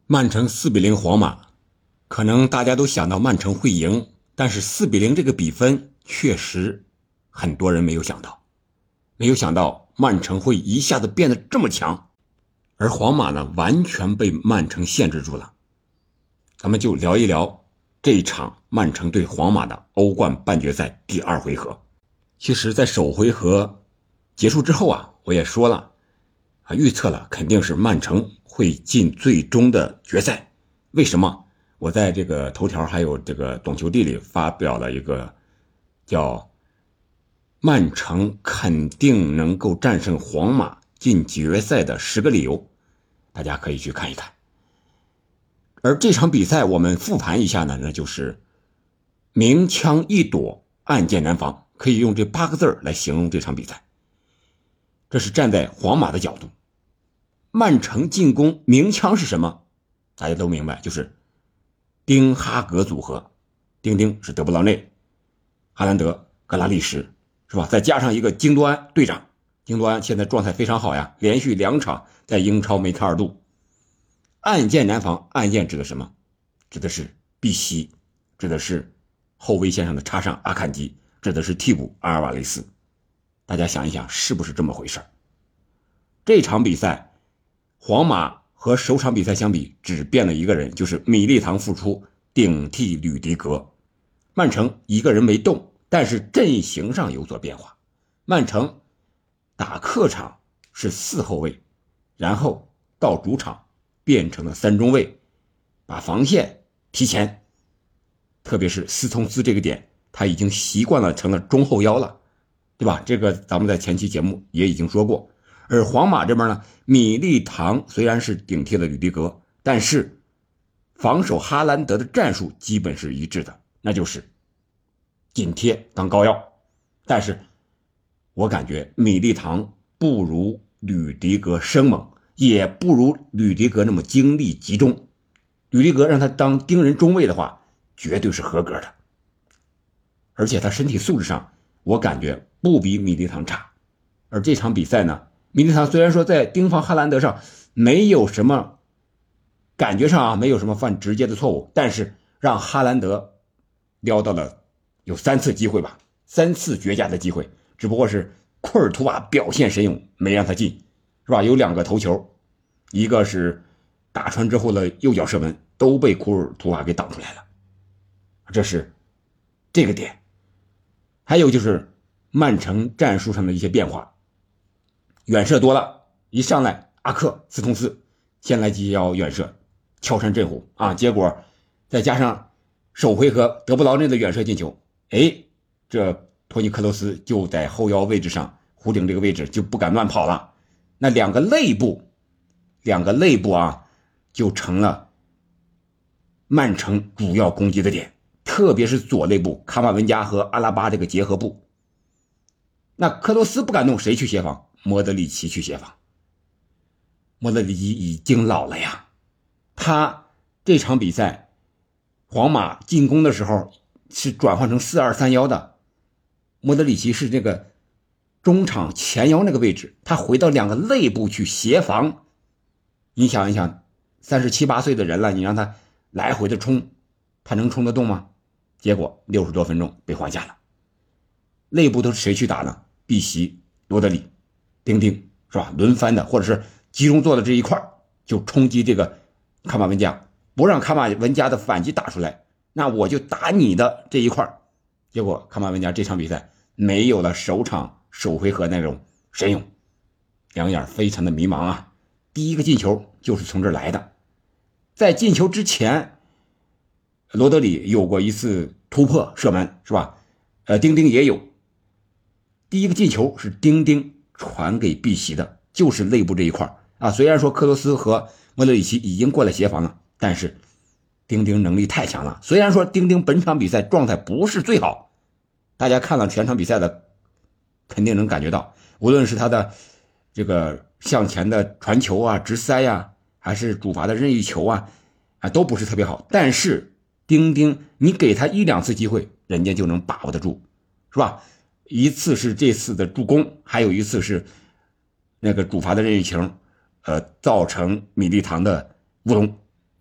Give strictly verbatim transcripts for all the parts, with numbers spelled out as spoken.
曼城四比零皇马，可能大家都想到曼城会赢，但是四比零这个比分确实很多人没有想到，没有想到曼城会一下子变得这么强，而皇马呢完全被曼城限制住了。咱们就聊一聊这一场曼城对皇马的欧冠半决赛第二回合。其实在首回合结束之后啊，我也说了啊，预测了肯定是曼城会进最终的决赛。为什么？我在这个头条还有这个懂球帝里发表了一个叫曼城肯定能够战胜皇马进决赛的十个理由，大家可以去看一看。而这场比赛我们复盘一下呢，那就是明枪易躲，暗箭难防，可以用这八个字来形容这场比赛。这是站在皇马的角度。曼城进攻明枪是什么？大家都明白，就是丁哈格组合，丁丁是德布劳内，哈兰德、格拉利什，是吧？再加上一个京多安队长，京多安现在状态非常好呀，连续两场在英超梅开二度。暗箭难防，暗箭指的什么？指的是碧玺，指的是后卫线上的插上阿坎吉，指的是替补阿尔瓦雷斯。大家想一想，是不是这么回事？这场比赛皇马和首场比赛相比只变了一个人，就是米利唐复出顶替吕迪格。曼城一个人没动，但是阵型上有所变化。曼城打客场是四后卫，然后到主场变成了三中卫，把防线提前，特别是斯通斯这个点他已经习惯了成了中后腰了，对吧？这个咱们在前期节目也已经说过。而皇马这边呢，米利唐虽然是顶替了吕迪格，但是防守哈兰德的战术基本是一致的，那就是紧贴当膏药。但是我感觉米利唐不如吕迪格生猛，也不如吕迪格那么精力集中。吕迪格让他当盯人中卫的话，绝对是合格的。而且他身体素质上，我感觉不比米利唐差。而这场比赛呢，米利唐虽然说在盯防哈兰德上没有什么感觉上啊，没有什么犯直接的错误，但是让哈兰德撩到了有三次机会吧，三次绝佳的机会，只不过是库尔图瓦表现神勇，没让他进，是吧？有两个头球，一个是打穿之后的右脚射门，都被库尔图瓦给挡出来了，这是这个点。还有就是曼城战术上的一些变化，远射多了，一上来阿克斯通斯先来几脚远射，敲山震虎啊！结果再加上首回合德布劳内的远射进球，哎，这托尼克罗斯就在后腰位置上，弧顶这个位置就不敢乱跑了。那两个肋部，两个肋部啊，就成了曼城主要攻击的点，特别是左肋部卡马文加和阿拉巴这个结合部。那克罗斯不敢动，谁去协防？莫德里奇去协防。莫德里奇已经老了呀，他这场比赛皇马进攻的时候是转换成四二三一的，莫德里奇是这个中场前腰那个位置，他回到两个肋部去协防。你想一想，三十七八岁的人了，你让他来回的冲，他能冲得动吗？结果六十多分钟被换下了。肋部都是谁去打呢？碧玺、罗德里、丁丁，是吧？轮番的，或者是集中做的这一块，就冲击这个卡马文加，不让卡马文加的反击打出来，那我就打你的这一块。结果卡马文加这场比赛没有了首场首回合那种神勇，两眼非常的迷茫啊。第一个进球就是从这儿来的。在进球之前，罗德里有过一次突破射门，是吧？呃，丁丁也有。第一个进球是丁丁传给碧玺的，就是肋部这一块啊。虽然说克罗斯和莫德里奇已经过来协防了，但是丁丁能力太强了。虽然说丁丁本场比赛状态不是最好，大家看了全场比赛的肯定能感觉到，无论是他的这个向前的传球啊、直塞呀、啊，还是主罚的任意球啊，啊都不是特别好。但是丁丁你给他一两次机会，人家就能把握得住，是吧？一次是这次的助攻，还有一次是那个主罚的任意球，呃，造成米利唐的乌龙。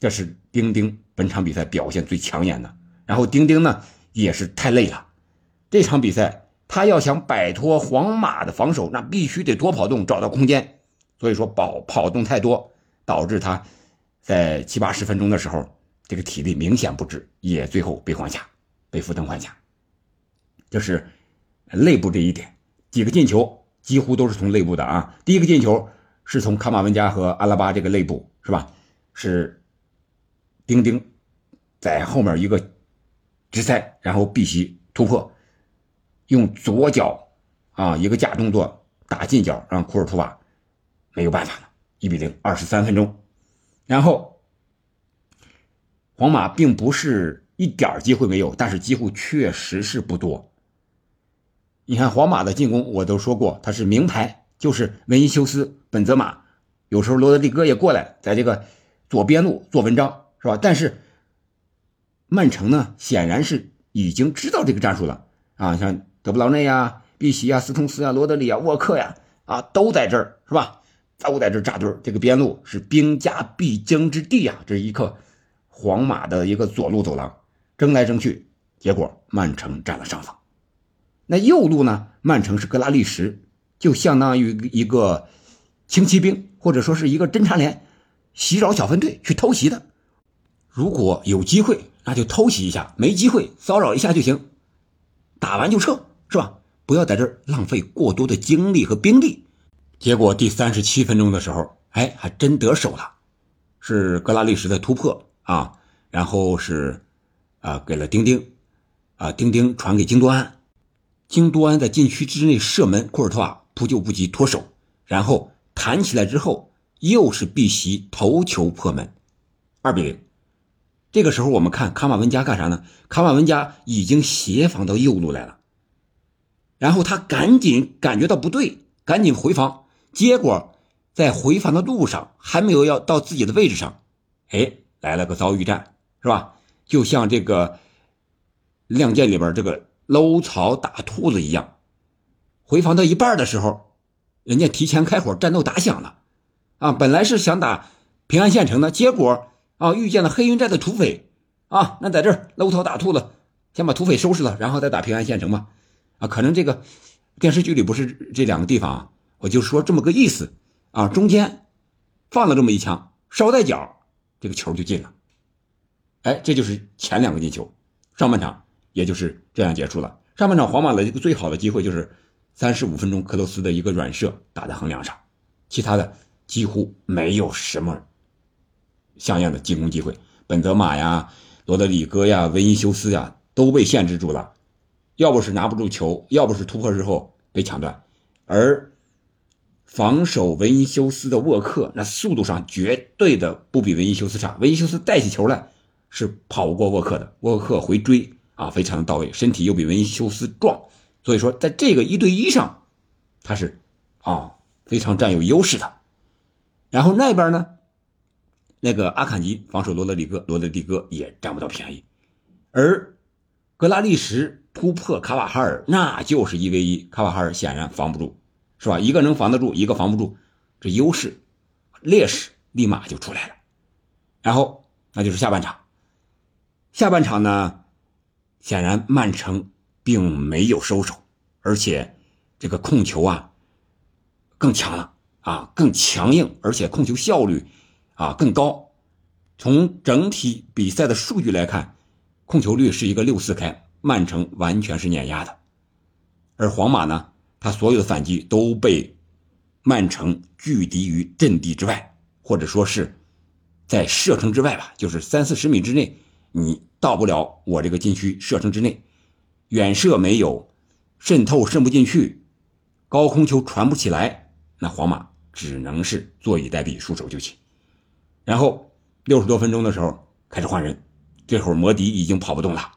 这是丁丁本场比赛表现最抢眼的。然后丁丁呢也是太累了，这场比赛他要想摆脱皇马的防守，那必须得多跑动，找到空间。所以说跑跑动太多，导致他在七八十分钟的时候，这个体力明显不支，也最后被换下，被福登换下。这是内部这一点，几个进球几乎都是从内部的啊。第一个进球是从卡马文加和阿拉巴这个内部，是吧？是丁丁在后面一个直塞，然后碧玺突破，用左脚啊一个假动作打进角，让库尔图瓦没有办法了，一比零，二十三分钟。然后皇马并不是一点机会没有，但是机会确实是不多。你看皇马的进攻，我都说过，他是名牌，就是维尼修斯、本泽马，有时候罗德里戈也过来，在这个左边路做文章，是吧？但是曼城呢，显然是已经知道这个战术了啊，像德布劳内呀、碧玺啊、斯通斯啊、罗德里啊、沃克呀，啊，都在这儿，是吧？都在这扎堆，这个边路是兵家必争之地啊！这是一个皇马的一个左路走廊，争来争去，结果曼城占了上风。那右路呢？曼城是格拉利什，就相当于一个轻骑兵，或者说是一个侦察连，袭扰小分队去偷袭的。如果有机会，那就偷袭一下；没机会，骚扰一下就行，打完就撤，是吧？不要在这儿浪费过多的精力和兵力。结果第三十七分钟的时候，哎，还真得手了，是格拉利什的突破啊，然后是啊给了丁丁，啊丁丁传给京多安，京多安在禁区之内射门，库尔图瓦扑救不及脱手，然后弹起来之后又是碧玺头球破门，二比零。这个时候我们看卡马文加干啥呢？卡马文加已经协防到右路来了，然后他赶紧感觉到不对，赶紧回防，结果在回防的路上还没有要到自己的位置上，哎，来了个遭遇战，是吧？就像这个亮剑里边这个搂草打兔子一样，回防到一半的时候，人家提前开火，战斗打响了啊！本来是想打平安县城的，结果啊遇见了黑云寨的土匪啊，那在这儿搂草打兔子，先把土匪收拾了，然后再打平安县城嘛。啊，可能这个电视剧里不是这两个地方啊，我就说这么个意思啊，中间放了这么一枪，捎带脚，这个球就进了。哎，这就是前两个进球，上半场也就是这样结束了。上半场皇马的一个最好的机会就是三十五分钟克罗斯的一个软射打在横梁上，其他的几乎没有什么像样的进攻机会。本泽马呀、罗德里戈呀、维尼修斯呀都被限制住了，要不是拿不住球，要不是突破之后被抢断。而防守维尼修斯的沃克，那速度上绝对的不比维尼修斯差。维尼修斯带起球来是跑不过沃克的，沃克回追啊，非常的到位，身体又比维尼修斯壮，所以说在这个一对一上他是啊非常占有优势的。然后那边呢，那个阿坎吉防守罗德里戈，罗德里戈也占不到便宜，而格拉利什突破卡瓦哈尔，那就是一 v 一，卡瓦哈尔显然防不住，是吧？一个能防得住，一个防不住，这优势劣势立马就出来了。然后那就是下半场，下半场呢，显然曼城并没有收手，而且这个控球啊更强了啊，更强硬，而且控球效率啊更高。从整体比赛的数据来看，控球率是一个六四开，曼城完全是碾压的。而皇马呢，他所有的反击都被曼城拒敌于阵地之外，或者说是在射程之外吧，就是三四十米之内你到不了我这个禁区射程之内，远射没有，渗透渗不进去，高空球传不起来，那皇马只能是坐以待毙，束手就擒。然后六十多分钟的时候开始换人，这会儿摩迪已经跑不动了，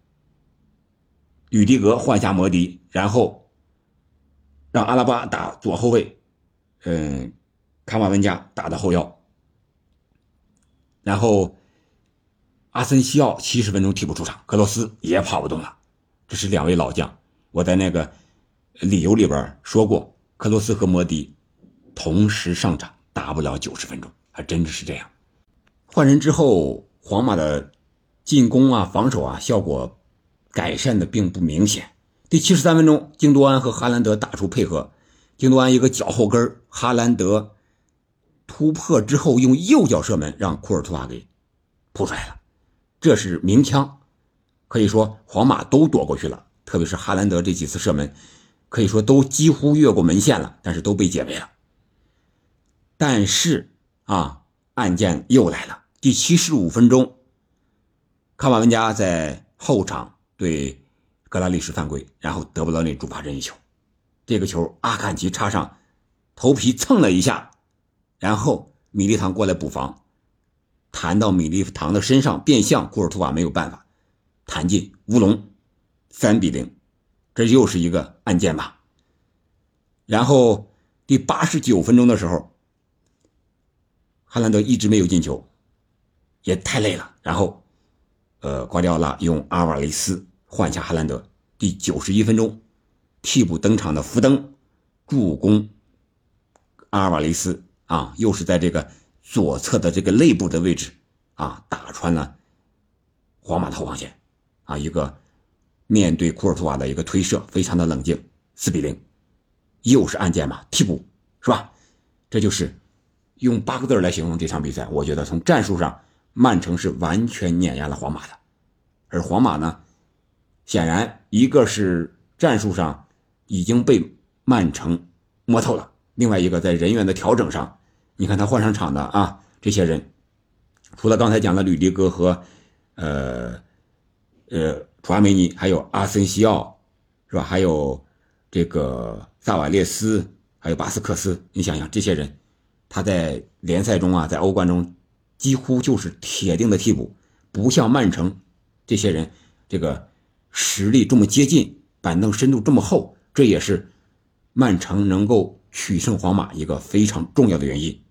吕迪格换下摩迪，然后让阿拉巴打左后卫，嗯，卡马文加打到后腰，然后阿森西奥七十分钟替补出场，克罗斯也跑不动了。这是两位老将，我在那个理由里边说过，克罗斯和摩迪同时上场打不了九十分钟，还真的是这样。 换人之后，皇马的进攻啊、防守啊，效果改善的并不明显。第七十三分钟，京多安和哈兰德打出配合，京多安一个脚后跟，哈兰德突破之后用右脚射门，让库尔图瓦给扑出来了，这是明枪，可以说皇马都躲过去了，特别是哈兰德这几次射门，可以说都几乎越过门线了，但是都被解围了。但是啊，案件又来了。第七十五分钟，卡马文加在后场对格拉利什犯规，然后德布劳内主罚任意球。这个球阿坎奇插上，头皮蹭了一下，然后米利唐过来补防，弹到米利唐的身上，变向库尔图瓦没有办法，弹进乌龙，三比零，这又是一个案件吧。然后第八十九分钟的时候，哈兰德一直没有进球，也太累了，然后呃，瓜迪奥拉用阿瓦雷斯换下哈兰德。第九十一分钟，替补登场的福登助攻阿瓦雷斯啊，又是在这个左侧的这个肋部的位置啊，打穿了皇马的后防线啊，一个面对库尔图瓦的一个推射，非常的冷静，四比零，又是案件嘛，替补是吧？这就是用八个字来形容这场比赛，我觉得从战术上，曼城是完全碾压了皇马的，而皇马呢，显然一个是战术上已经被曼城摸透了，另外一个在人员的调整上，你看他换上场的啊，这些人除了刚才讲的吕迪戈和呃呃楚阿梅尼，还有阿森西奥是吧？还有这个萨瓦列斯，还有巴斯克斯，你想想这些人，他在联赛中啊，在欧冠中几乎就是铁定的替补，不像曼城这些人这个实力这么接近，板凳深度这么厚，这也是曼城能够取胜皇马一个非常重要的原因。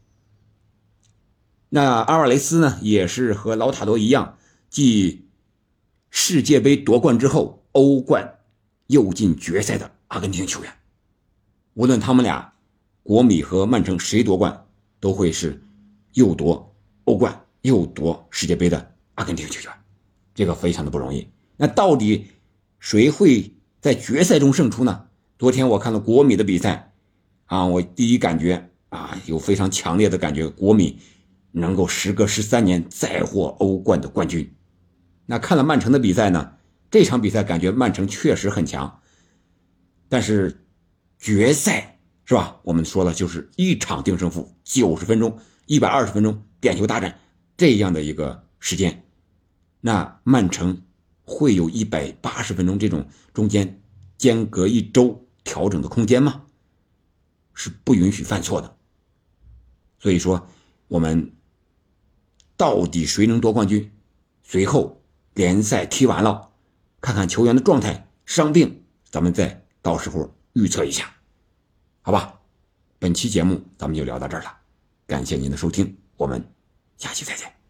那阿尔瓦雷斯呢，也是和劳塔罗一样，继世界杯夺冠之后，欧冠又进决赛的阿根廷球员。无论他们俩国米和曼城谁夺冠，都会是又夺欧冠又夺世界杯的阿根廷球员，这个非常的不容易。那到底谁会在决赛中胜出呢？昨天我看了国米的比赛啊，我第一感觉啊，有非常强烈的感觉，国米能够时隔十三年再获欧冠的冠军。那看了曼城的比赛呢，这场比赛感觉曼城确实很强，但是决赛是吧，我们说了就是一场定胜负，九十分钟一百二十分钟点球大战这样的一个时间，那曼城会有一百八十分钟这种中间间隔一周调整的空间吗？是不允许犯错的。所以说我们到底谁能夺冠军，随后联赛踢完了，看看球员的状态伤病，咱们再到时候预测一下，好吧？本期节目咱们就聊到这儿了，感谢您的收听，我们下期再见。